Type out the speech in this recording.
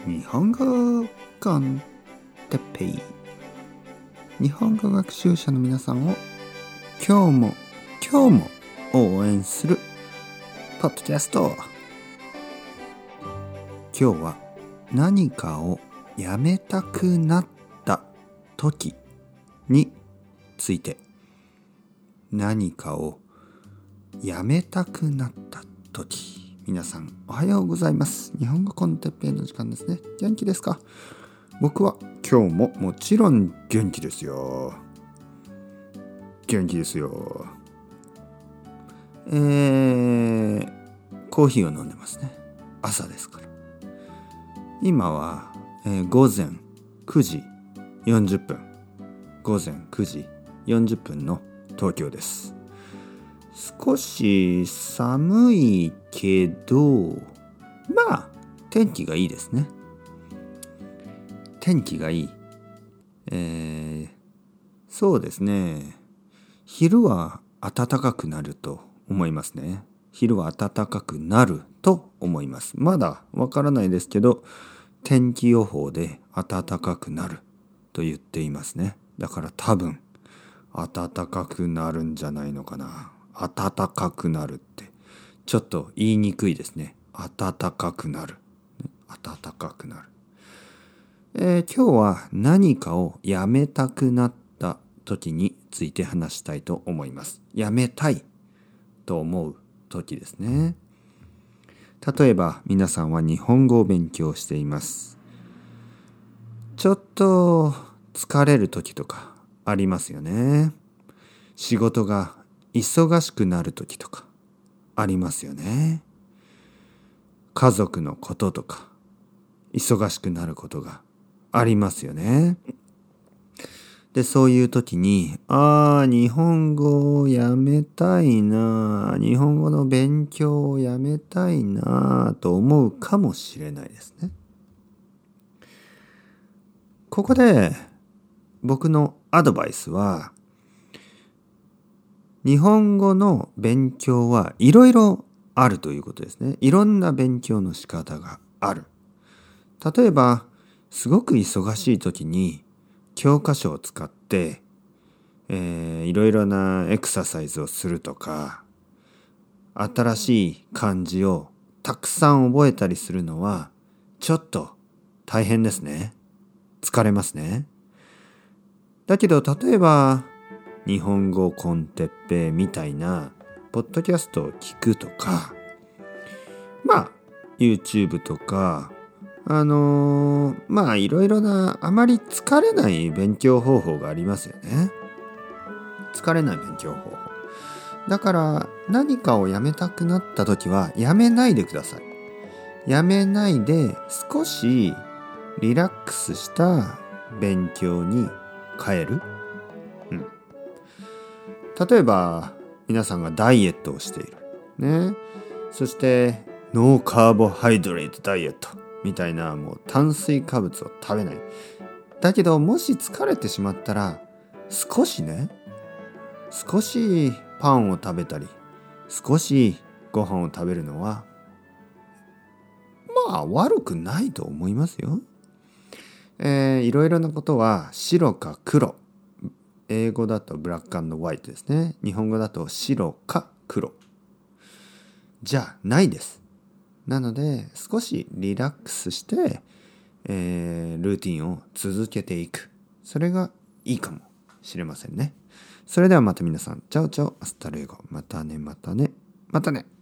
日本語コンテッペイ。日本語学習者の皆さんを今日も応援するポッドキャスト。今日は何かをやめたくなった時について。何かをやめたくなった時、皆さんおはようございます。日本語コンテッペイの時間ですね。元気ですか？僕は今日ももちろん元気ですよ。元気ですよ。コーヒーを飲んでますね。朝ですから。今は、午前9時40分。午前9時40分の東京です。少し寒いけど、まあ天気がいいですね。天気がいい。そうですね。昼は暖かくなると思いますね。昼は暖かくなると思います。まだわからないですけど、天気予報で暖かくなると言っていますね。だから多分暖かくなるんじゃないのかな。暖かくなるってちょっと言いにくいですね。暖かくなる。暖かくなる。今日は何かをやめたくなった時について話したいと思います。やめたいと思う時ですね。例えば皆さんは日本語を勉強しています。ちょっと疲れる時とかありますよね。仕事が忙しくなる時とかありますよね。家族のこととか忙しくなることがありますよね。で、そういう時に、日本語をやめたいな、日本語の勉強をやめたいなと思うかもしれないですね。ここで僕のアドバイスは、日本語の勉強はいろいろあるということですね。いろんな勉強の仕方がある。例えば、すごく忙しい時に教科書を使って、いろいろなエクササイズをするとか、新しい漢字をたくさん覚えたりするのはちょっと大変ですね。疲れますね。だけど例えば日本語コンテッペみたいなポッドキャストを聞くとか、YouTube とかいろいろなあまり疲れない勉強方法がありますよね。疲れない勉強方法。だから何かをやめたくなった時はやめないでください。やめないで少しリラックスした勉強に変える。例えば皆さんがダイエットをしている。ね。そしてノーカーボハイドレートダイエットみたいなもう炭水化物を食べない。だけどもし疲れてしまったら少しパンを食べたり少しご飯を食べるのは悪くないと思いますよ。いろいろなことは白か黒。英語だとブラック&ホワイトですね。日本語だと白か黒じゃないです。なので少しリラックスして、ルーティンを続けていく。それがいいかもしれませんね。それではまた皆さん、チャオチャオ、アスタルエゴ。またね。